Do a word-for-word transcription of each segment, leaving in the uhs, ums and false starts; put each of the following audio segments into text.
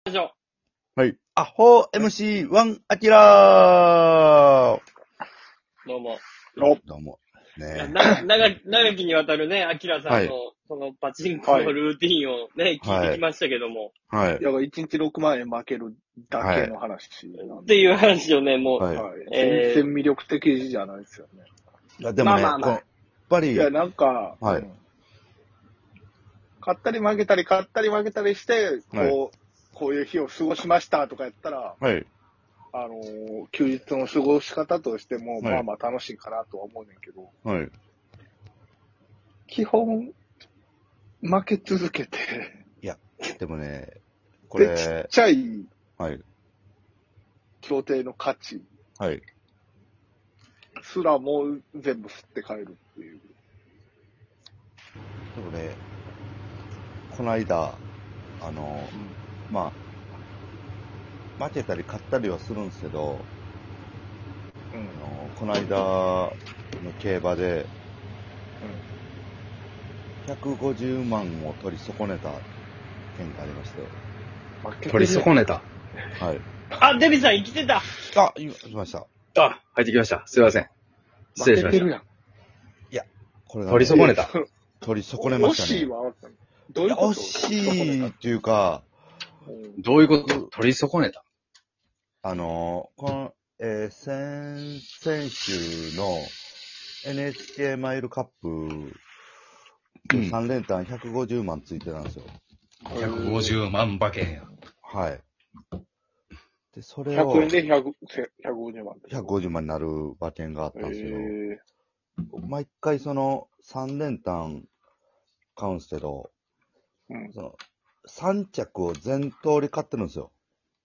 はい。アホ エムシーワン アキラーどうも。 どうも。ねえ。な、長、長きにわたるね、アキラさんの、はい、そのパチンコのルーティンをね、はい、聞いてきましたけども。 はい。 いや、いちにちろくまんえん負けるだけの話、 はい。っていう話をね、もう、 はい。えー、全然魅力的じゃないですよね。 いや、でもね、まあまあまあ、やっぱり。 いや、なんか、はい。うん、勝ったり負けたり、勝ったり負けたりして、こう、はい、こういう日を過ごしましたとかやったら、はい。あのー、休日の過ごし方としても、はい、まあまあ楽しいかなとは思うねんけど、はい。基本、負け続けて。 いや、でもね、これ。 で、ちっちゃい、はい。協定の価値。はい。すらもう全部吸って帰るっていう。 でもね、この間、あの、うん、まあ、負けたり勝ったりはするんですけど、うん、あのこの間の競馬で、うん、ひゃくごじゅうまんを取り損ねた件がありまして。 取り損ねた。 はい。 あ、デビさん生きてた。 あ、いました。 あ、入ってきました。すいません。失礼しました。いや、これが、 ね、取り損ねた。 取り損ねましたね。 惜しいはどういうこと？ 惜しいっていうか、 どういうこと？取り損ねた。 あの、この、えー、先々週の エヌエイチケー マイルカップさん連単ひゃくごじゅうまんついてたんですよ。 ひゃくごじゅうまん馬券や。 はい。で、それを。ひゃくえんでひゃくごじゅうまん。 ひゃくごじゅうまんになる馬券があったんですけど、毎回そのさん連単買うんですけど、うん、そのさん着を全通り買ってるんですよ。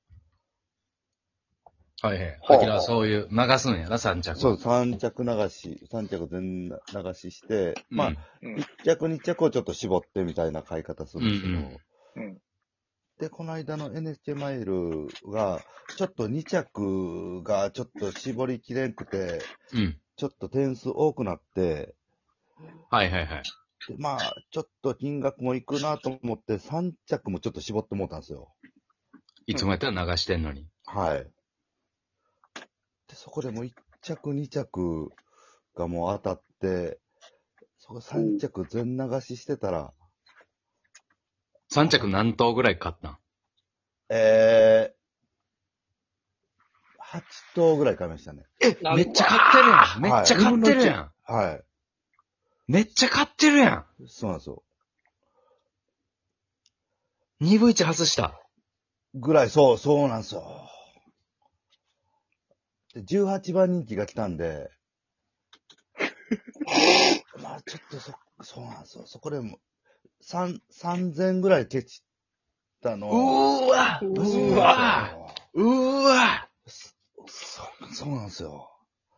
はいはい。アキラはそういう、流すんやな、さん着。 そう、さん着流し、さん着全流しして、うん、まあ、うん、いっ着に着をちょっと絞ってみたいな買い方するんですけど、うんうん、で、この間の エヌエイチケー マイルが、ちょっとに着がちょっと絞りきれんくて、うん、ちょっと点数多くなって、 はいはいはい。 でまあ、ちょっと金額もいくなと思って、さん着もちょっと絞ってもうたんですよ。 いつもやったら流してんのに。 はい。で、そこでもういっ着、に着がもう当たって、そこさん着全流ししてたら。 さん着何頭ぐらい買ったん？ えー、はち頭ぐらい買いましたね。 え、めっちゃ買ってるやん。めっちゃ買ってるやん。 はい。 めっちゃ買ってるやん。 そうなんですよ。 にぶいち外した。 ぐらい、そう、そうなんですよ。でじゅうはちばん人気が来たんで、まあちょっとそ、そうなんですよ。そこでも、三、三千ぐらいケチったの。 うーわうーわうーわそ、そうなんですよ。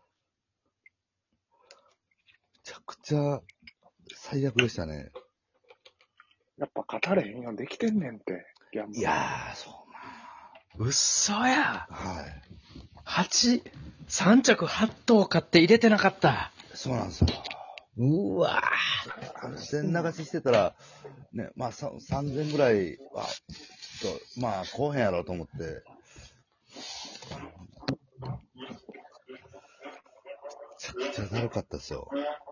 めちゃくちゃ最悪でしたね。 やっぱ勝たれへんよ。できてんねんって。 いやー、そうな。うっそや。 はい。 八、三着八頭買って入れてなかった。 そうなんですよ。 うわぁ。全流ししてたら、ね、まあさんぜんぐらいは、ちょっと、まあ、こうへんやろうと思って。めちゃくちゃだるかったですよ。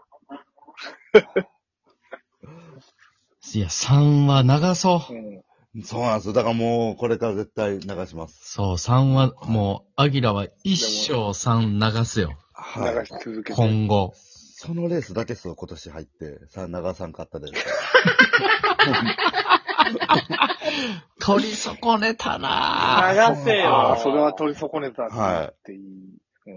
いや、さんは流そう。 うんそうなんですよ。だからもう、これから絶対流します。 そう、さんは、もう、アギラは一生さん流すよ。 はい。流し続けて。 今後。 そのレースだけですよ、今年入って。さん、長さん勝ったで。 取り損ねたなぁ。流せよ。 あ、それは取り損ねたっていい。はい。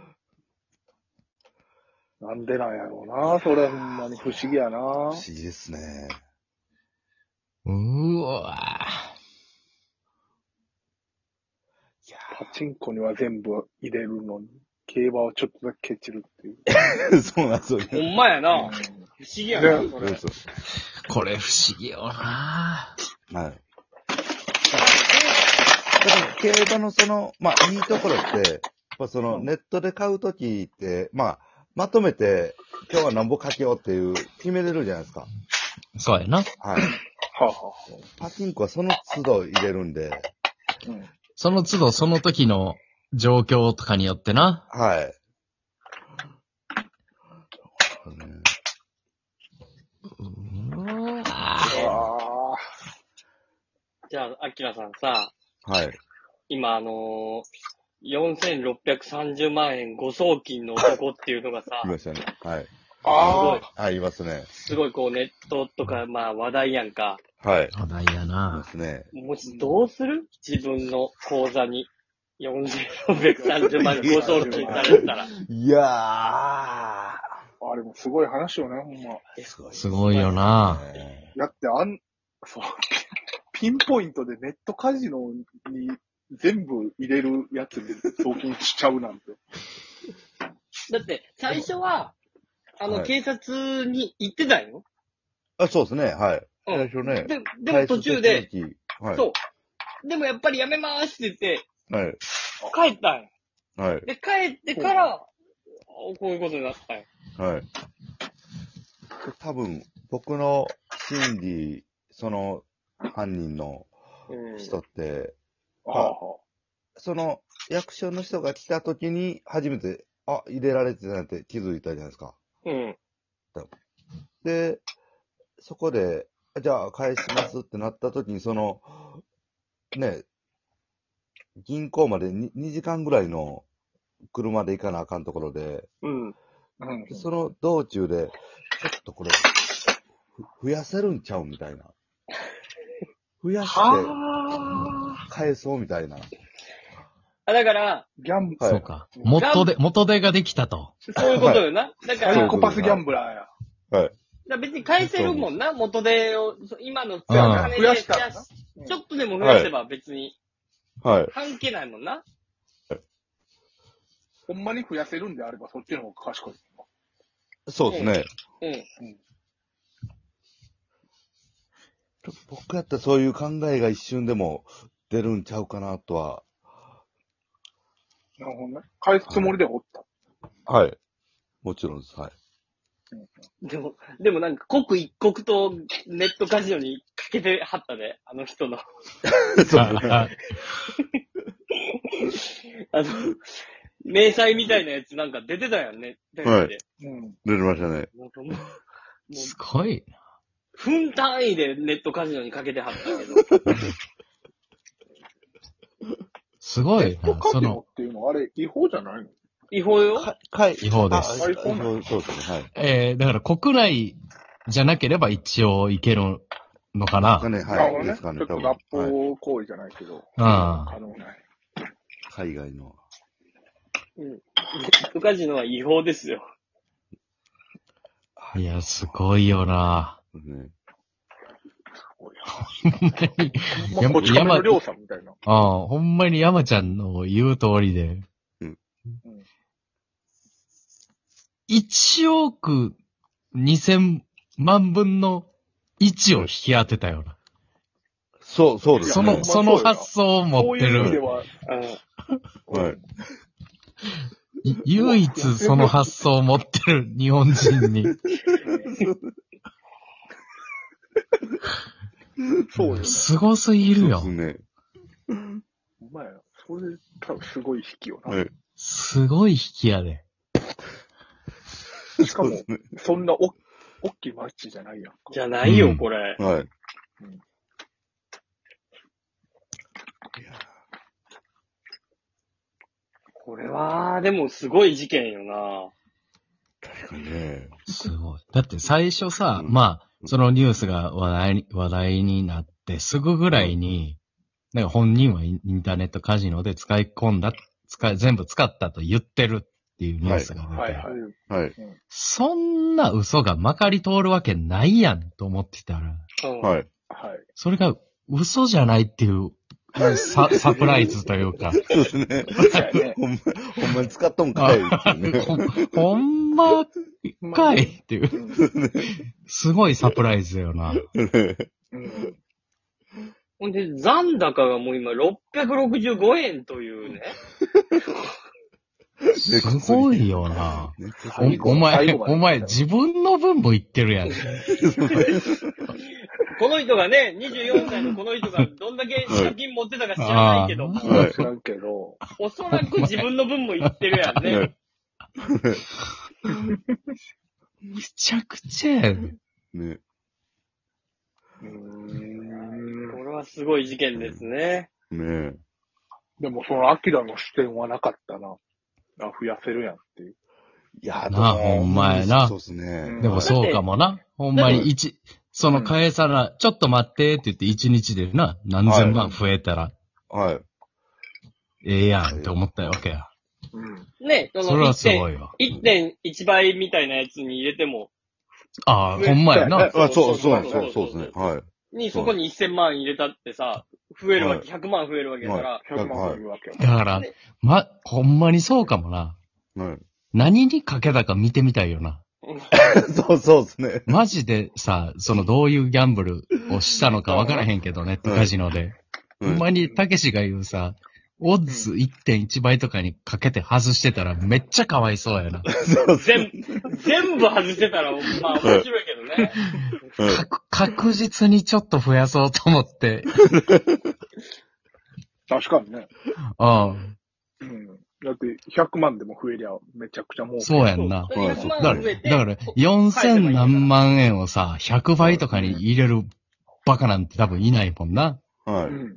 うん、なんでなんやろうな、それほんまに不思議やな。不思議ですね。 うーわいやパチンコには全部入れるのに、競馬はちょっとだけケチるっていう。そうなんですよね。 ほんまやな。うん、不思議やな、それ。 これ不思議よなはい。だから競馬のその、まあいいところって、やっぱそのネットで買うときって、まあ、まとめて、今日は何ぼかけようっていう、決めれるじゃないですか。 そうやな。 はい。 はあ、はあ、 パチンコはその都度入れるんで。 うん、その都度その時の状況とかによってな。 はい。 うわじゃあ、アキラさんさ。 はい。 今、あのー、よんせんろっぴゃくさんじゅうまんえん誤送金の男っていうのがさ。 いましたね。はい。 ああ。はい、いますね。 すごいこうネットとか、まあ話題やんか。 はい。 話題やな。 いますね。 もしどうする自分の口座によんせんろっぴゃくさんじゅうまん誤送金されたら。 いやー。 あれもすごい話よね、ほんま。 すごい。すごいよな。 だってあん、そう、ピンポイントでネットカジノに全部入れるやつに送金しちゃうなんて。 だって、最初は、あの、はい、警察に行ってたんよ。 あ、そうですね、はい。最初ね。 で、でも途中で、 はい、 そう。でもやっぱりやめまーすって言って、 はい。 帰ったんよ。はい。で、帰ってから、こういうことになったんよ。 はい。多分、僕の心理、その、犯人の人って、うん、ああ、その役所の人が来た時に初めて、あ、入れられてたなんて気づいたじゃないですか。 うん。 で、そこで、じゃあ返しますってなった時に、その、ね、銀行まで 2, 2時間ぐらいの車で行かなあかんところで、 うん。うん、 その道中で、ちょっとこれ、増やせるんちゃうみたいな。増やして、返そうみたいな。 あ、だから、 ギャンブル。そうか。元手、元手ができたと。 そういうことよな。だから、 サイコパスギャンブラーや。 はい。 だ別に返せるもんな、元手を、今の金で増やしたら。ちょっとでも増やせば別に、 はい。 関係ないもんな。 はい。ほんまに増やせるんであれば、そっちの方が賢い。 そうですね。 うん。うん。 僕やったらそういう考えが一瞬でも出るんちゃうかなとは。 なるほどね。返すつもりでおった。 はい。はい、もちろんです。はい。 でも、でもなんか刻一刻とネットカジノにかけてはったね、あの人の。 そうあの、明細みたいなやつなんか出てたやんね、テレビで。はい。 うん、 出てましたね。 なんかもう、もうすごいな。 分単位でネットカジノにかけてはったけど。 すごいな。 ネットカジノっていうのはあれ違法じゃないの？ 違法よ。 違法です。 違法、そうですね。はい。 えー、だから国内じゃなければ一応いけるのかな。 ね、はい。ですかね、 ちょっと脱法行為じゃないけど。 ああ。 可能ない。 海外の。 うん。ネットカジノは違法ですよ。 いや、すごいよな。 ね。 ほんまに。 山、山のりょうさんみたいな。 ああ、ほんまに山ちゃんの言う通りで。 うん。 いちおくにせんまんぶんのいちを引き当てたよな。 そう、そうです、ね。 その、その発想を持ってる。 そういう意味では、 はい。 唯一その発想を持ってる日本人に。 そうよ。 すごすぎるよ。 そうですね。 お前、それ多分すごい引きよな。 はい。 すごい引きやで。 しかも、そんなお、おっきい街じゃないやんか。 じゃないよ、これ。 はい。うん、 これは、でもすごい事件よな。 確かにね。 すごい。だって最初さ、うん、まあ、そのニュースが話題に、話題になってすぐぐらいに、なんか本人はインターネットカジノで使い込んだ、使い、全部使ったと言ってるっていうニュースが出て、 はいはいはいはい、 そんな嘘がまかり通るわけないやんと思ってたら、 はい。 それが嘘じゃないっていうサ, サプライズというか。 そうですね。ほんま、ほんまに使っとんかい、ねほ。ほんまかいっていう。すごいサプライズよな。 ほんで、残高がもう今ろっぴゃくろくじゅうごえんというね。 すごいよな。お、お前、お前、自分の分も言ってるやん。 この人がね、にじゅうよんさいのこの人がどんだけ借金持ってたか知らないけど、 はい、知らんけど、 おそらく自分の分も言ってるやんね。 めちゃくちゃやん。 ね。 うーん。 これはすごい事件ですね。 ねでもそのアキラの視点はなかったな。あ、増やせるやんっていう。 いや、 なあ、ほんまやな。 そうですね。 でもそうかもな。ほんまに一、その返さな、ちょっと待ってって言って一日でな、何千万増えたら。 はい。 ええやんって思ったわけや。 うん。 ね、そのそれはすごいわ。 いってんいちばいみたいなやつに入れても。 ああ、ほんまやな。 あ、そう、そう、そう、そうですね。はい。 に、そこにせんまん入れたってさ、増えるわけ、ひゃくまん増えるわけだから。 ひゃくまん増えるわけだから、ま、ほんまにそうかもな。 はい。 何にかけたか見てみたいよな。 そうそうですね。 マジでさ、そのどういうギャンブルをしたのかわからへんけどね、カジノで。ほんまにたけしが言うさ、オッズ いってんいち 倍とかにかけて外してたらめっちゃかわいそうやな。 全部、全部外してたら、まあ面白いけどね。 確実にちょっと増やそうと思って。 確かにね。 うん。 うん。だってひゃくまんでも増えりゃめちゃくちゃ儲け。 そうやんな。だから、だからよんせん何万円をさ、ひゃくばいとかに入れるバカなんて多分いないもんな。 はい。 うん。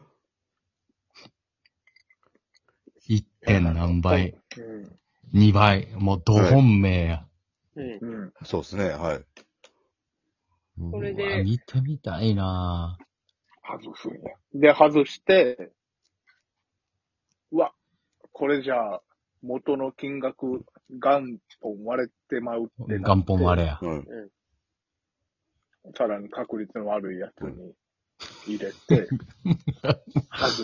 いってん何倍。 うん。 にばい。もう、ど本命や。 うん。 うん。 そうですね、はい。 これで見てみたいなぁ。外すんや。で、外して、うわ、これじゃあ、元の金額、元本割れてまうってなって。 元本割れや。 うん。 さらに確率の悪いやつに入れて、外